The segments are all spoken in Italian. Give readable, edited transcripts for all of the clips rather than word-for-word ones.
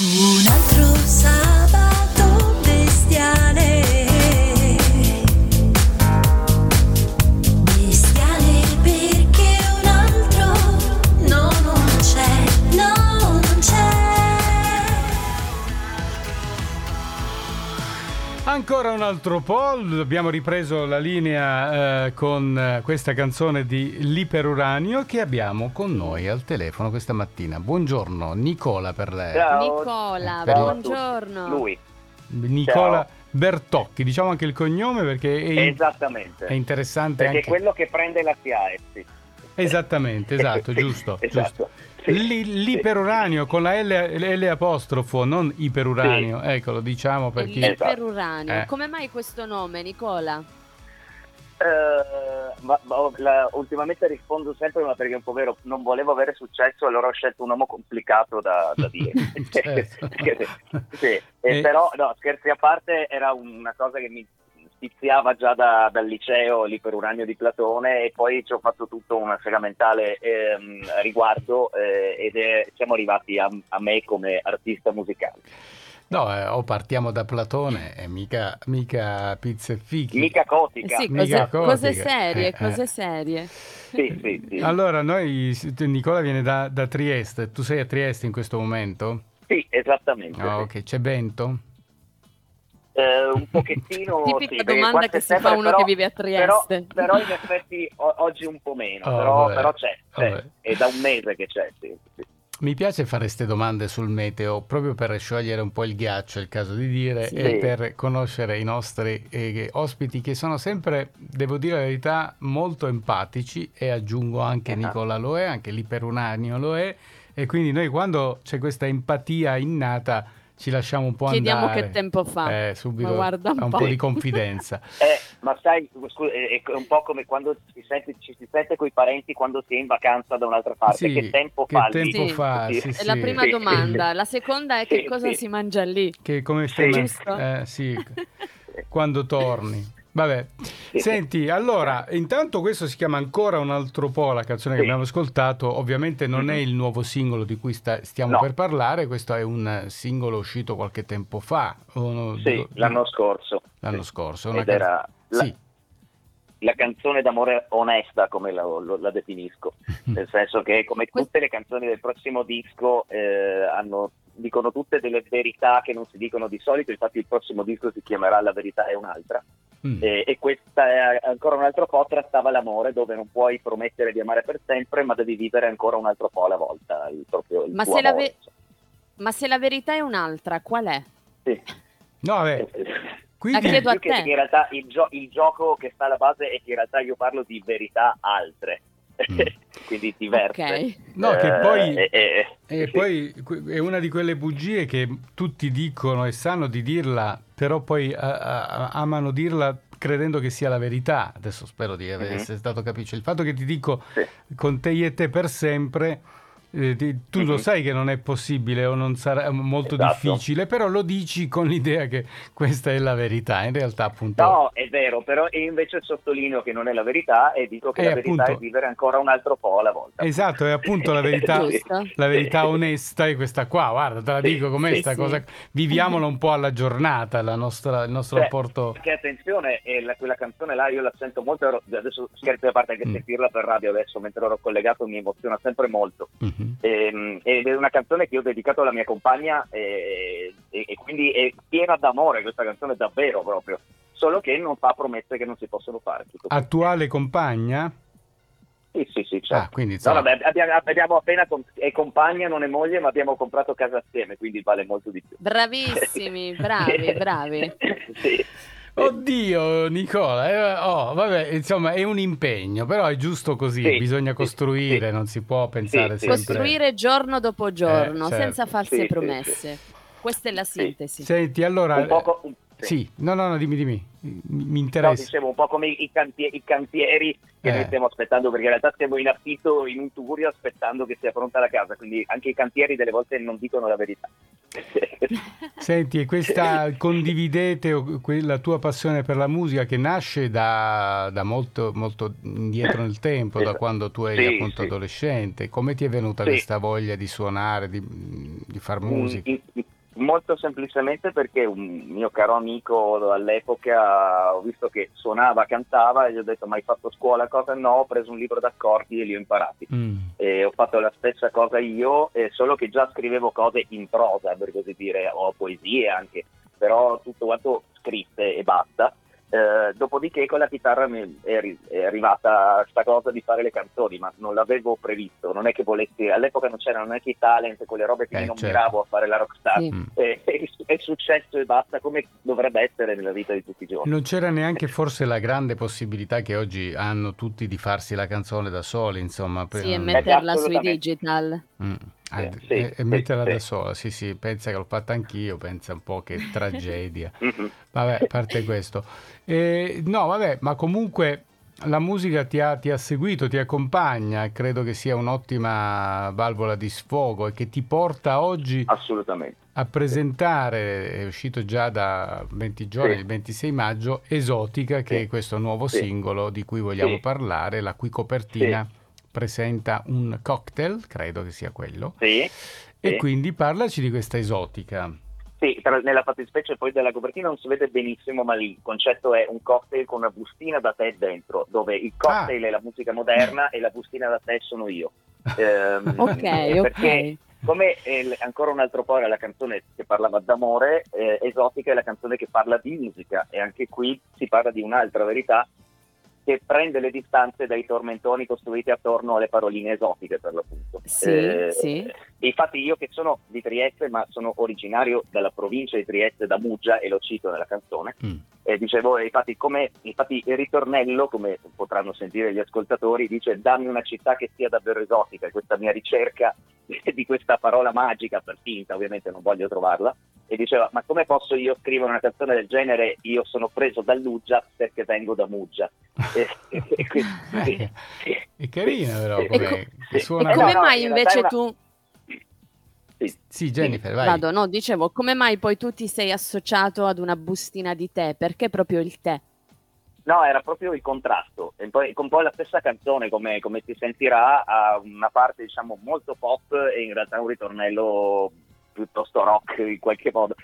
Un altro sabato bestiale, bestiale perché un altro no, non c'è, no, non c'è. Ancora un altro po', abbiamo ripreso la linea con questa canzone di L'Iperuranio che abbiamo con noi al telefono questa mattina. Buongiorno, Nicola per lei. Ciao. Nicola, per- buongiorno. Lui, Nicola Ciao. Bertocchi, diciamo anche il cognome perché esattamente. è interessante Perché anche. è quello che prende la SIAE. Esattamente, esatto, giusto. Esatto. Sì. L'iperuranio con la L apostrofo, non iperuranio, ecco, lo diciamo per chi... L'iperuranio. Eh. Come mai questo nome, Nicola? Ultimamente rispondo sempre, ma perché è un po' vero, non volevo avere successo, allora ho scelto un nome complicato da dire. Certo. Sì. Però, no, scherzi a parte, era una cosa che mi stiziava già dal liceo, l'Iperuranio di Platone, e poi ci ho fatto tutto un segamentale a riguardo siamo arrivati a me come artista musicale. No, o partiamo da Platone e mica pizza e fichi. Mica Cotica. Sì, Mica cose Cotica. serie, cose serie. Sì. Allora, Nicola viene da Trieste, tu sei a Trieste in questo momento? Sì, esattamente. Ah, sì. ok, c'è vento? Un pochettino Tipica sì, perché domanda qua che c'è si fa uno che vive a Trieste. Però in effetti oggi un po' meno, Oh, vabbè. però c'è, Vabbè. è da un mese che c'è, sì. Mi piace fare queste domande sul meteo proprio per sciogliere un po' il ghiaccio, è il caso di dire, Sì. e per conoscere i nostri ospiti che sono sempre, devo dire la verità, molto empatici, e aggiungo anche Nicola lo è, anche l'Iperuranio lo è, e quindi noi quando c'è questa empatia innata ci lasciamo un po' Chiediamo andare. che tempo fa. Subito Ma guarda un a un po'. po' di confidenza. Ma sai, scusa, è un po' come quando ci si sente coi parenti quando si è in vacanza da un'altra parte. Sì, che tempo che fa tempo lì? fa, Sì. sì, È la prima Sì. domanda. La seconda è che cosa si mangia lì. Che come stai? Giusto? Sì, quando torni. Vabbè, senti, allora, intanto questo si chiama Ancora un altro po', la canzone che Sì. abbiamo ascoltato, ovviamente non è il nuovo singolo di cui stiamo No. per parlare, questo è un singolo uscito qualche tempo fa, Sì, l'anno scorso. L'anno Sì. scorso. Ed era Sì. la canzone d'amore onesta, come la definisco, nel senso che come tutte le canzoni del prossimo disco dicono tutte delle verità che non si dicono di solito, infatti il prossimo disco si chiamerà La verità è un'altra. E questa è ancora un altro po', trattava l'amore, dove non puoi promettere di amare per sempre, ma devi vivere ancora un altro po' alla volta il tuo amore. Ma se la verità è un'altra, qual è? Sì. No, vabbè. La chiedo a Più che te. in realtà il gioco che sta alla base è che in realtà io parlo di verità altre, quindi diverse. Ok. No, che poi, sì. poi è una di quelle bugie che tutti dicono e sanno di dirla, però poi amano dirla credendo che sia la verità. Adesso spero di essere stato capisce. Il fatto che ti dico con te e te per sempre, tu lo sai che non è possibile o non sarà molto difficile, però lo dici con l'idea che questa è la verità. In realtà, appunto, no, è vero, però io invece sottolineo che non è la verità e dico che la verità appunto, è vivere ancora un altro po' alla volta. Esatto, è appunto la verità, Giusto. la verità onesta è questa qua. Guarda, te la dico com'è sta cosa. Viviamola un po' alla giornata, il nostro rapporto. Perché attenzione, quella canzone là io la sento molto, adesso scherzi a parte, che sentirla per radio adesso mentre ero collegato mi emoziona sempre molto. Ed è una canzone che io ho dedicato alla mia compagna e quindi è piena d'amore questa canzone, davvero, proprio, solo che non fa promesse che non si possono fare. Attuale compagna? Sì, certo. Quindi, no, vabbè, abbiamo appena è compagna, non è moglie, ma abbiamo comprato casa assieme, quindi vale molto di più. Bravi, bravi. Sì. Oddio, Nicola, vabbè, insomma è un impegno, però è giusto così, bisogna costruire, non si può pensare sempre. Costruire giorno dopo giorno, certo. senza false promesse. Questa è la sintesi. Senti, allora... Un poco... Sì, no, dimmi, mi interessa. No, dicevo, un po' come i cantieri che noi stiamo aspettando, perché in realtà siamo in affitto in un tugurio aspettando che sia pronta la casa, quindi anche i cantieri delle volte non dicono la verità. Senti, e questa condividete la tua passione per la musica che nasce da molto, molto indietro nel tempo, da quando tu eri adolescente? Come ti è venuta questa voglia di suonare, di far musica? Molto semplicemente perché un mio caro amico all'epoca, ho visto che suonava, cantava e gli ho detto: ma hai fatto scuola? Cosa? No, ho preso un libro d'accordi e li ho imparati. E ho fatto la stessa cosa io, solo che già scrivevo cose in prosa, per così dire, o poesie anche, però tutto quanto scritte e basta. Dopodiché con la chitarra mi è arrivata sta cosa di fare le canzoni, ma non l'avevo previsto, non è che volessi, all'epoca non c'erano neanche i talent, quelle robe che non miravo a fare la rockstar, Sì. è successo e basta, come dovrebbe essere nella vita di tutti i giorni. Non c'era neanche forse la grande possibilità che oggi hanno tutti di farsi la canzone da soli, insomma. Sì, e metterla sui digital. Sì, E metterla sì. da sola, sì, pensa che l'ho fatta anch'io, pensa un po' che tragedia. Vabbè, a parte questo. No, vabbè, ma comunque la musica ti ha seguito, ti accompagna, credo che sia un'ottima valvola di sfogo e che ti porta oggi Assolutamente. a presentare, è uscito già da 20 giorni, il 26 maggio, Esotica, che è questo nuovo singolo di cui vogliamo parlare, la cui copertina presenta un cocktail, credo che sia quello, e quindi parlaci di questa Esotica. Sì, nella fattispecie poi della copertina non si vede benissimo, ma il concetto è un cocktail con una bustina da tè dentro, dove il cocktail è la musica moderna e la bustina da tè sono io. Perché come ancora un altro po' era la canzone che parlava d'amore, Esotica è la canzone che parla di musica, e anche qui si parla di un'altra verità che prende le distanze dai tormentoni costruiti attorno alle paroline esotiche, per l'appunto. Sì. Infatti io, che sono di Trieste, ma sono originario della provincia di Trieste, da Muggia, e lo cito nella canzone, dicevo, infatti il ritornello, come potranno sentire gli ascoltatori, dice: dammi una città che sia davvero esotica, e questa mia ricerca di questa parola magica, per finta, ovviamente non voglio trovarla, e diceva: ma come posso io scrivere una canzone del genere? Io sono preso dall'Uggia perché vengo da Muggia. È carina però, suona. E come mai invece tu... Sì, Jennifer, vai. Vado, no, dicevo, come mai poi tu ti sei associato ad una bustina di tè? Perché proprio il tè? No, era proprio il contrasto, e poi un po' la stessa canzone, come si sentirà, ha una parte, diciamo, molto pop e in realtà un ritornello piuttosto rock in qualche modo.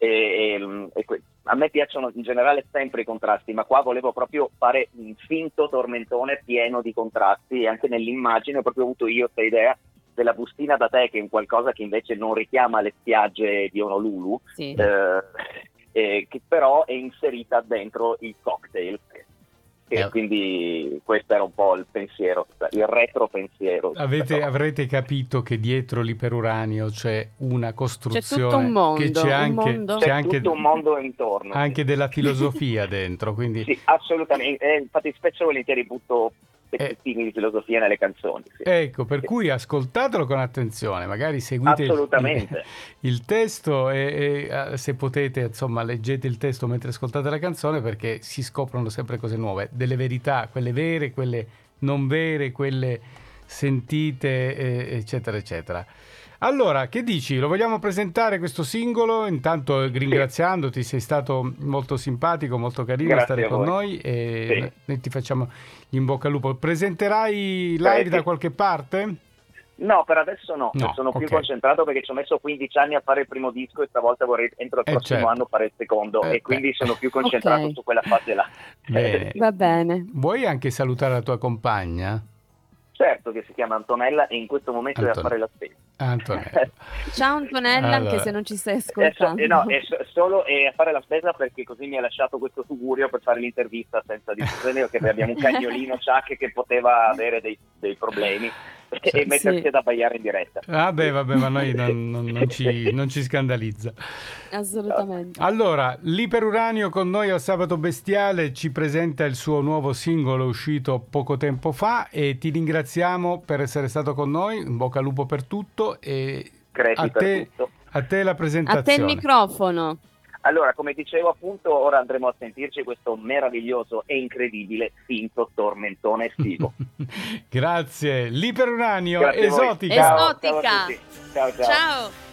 A me piacciono in generale sempre i contrasti, ma qua volevo proprio fare un finto tormentone pieno di contrasti, e anche nell'immagine ho proprio avuto io questa idea della bustina da tè, che è un qualcosa che invece non richiama le spiagge di Honolulu, che però è inserita dentro il cocktail. E quindi questo era un po' il pensiero, il retro pensiero. Avrete capito che dietro l'iperuranio c'è una costruzione, c'è tutto un mondo, che c'è tutto un mondo intorno, anche della filosofia dentro, quindi sì, assolutamente. Infatti spesso e volentieri butto pezzettini di filosofia nelle canzoni. Ecco, per cui ascoltatelo con attenzione, magari seguite il testo e se potete, insomma, leggete il testo mentre ascoltate la canzone, perché si scoprono sempre cose nuove, delle verità, quelle vere, quelle non vere, quelle sentite, eccetera, eccetera. Allora, che dici? Lo vogliamo presentare questo singolo? Intanto ringraziandoti, sei stato molto simpatico, molto carino a stare con noi, e noi ti facciamo in bocca al lupo. Presenterai live da qualche parte? No, per adesso no. Sono più concentrato perché ci ho messo 15 anni a fare il primo disco, e stavolta vorrei entro il prossimo anno fare il secondo, e quindi sono più concentrato su quella fase là. Bene. Va bene. Vuoi anche salutare la tua compagna? Certo, che si chiama Antonella, e in questo momento è a fare la spesa. Antonella. Ciao Antonella, allora, anche se non ci stai ascoltando. È solo a fare la spesa, perché così mi ha lasciato questo tugurio per fare l'intervista senza discussione, perché abbiamo un cagnolino Chuck che poteva avere dei problemi e mettersi ad abbaiare in diretta. Vabbè, ma noi non ci scandalizza. Assolutamente. Allora, l'Iperuranio con noi al Sabato Bestiale ci presenta il suo nuovo singolo uscito poco tempo fa, e ti ringraziamo per essere stato con noi. In bocca al lupo per tutto, e a te la presentazione. A te il microfono. Allora, come dicevo appunto, ora andremo a sentirci questo meraviglioso e incredibile finto tormentone estivo. Grazie. L'Iperuranio, Esotica. Ciao. Ciao.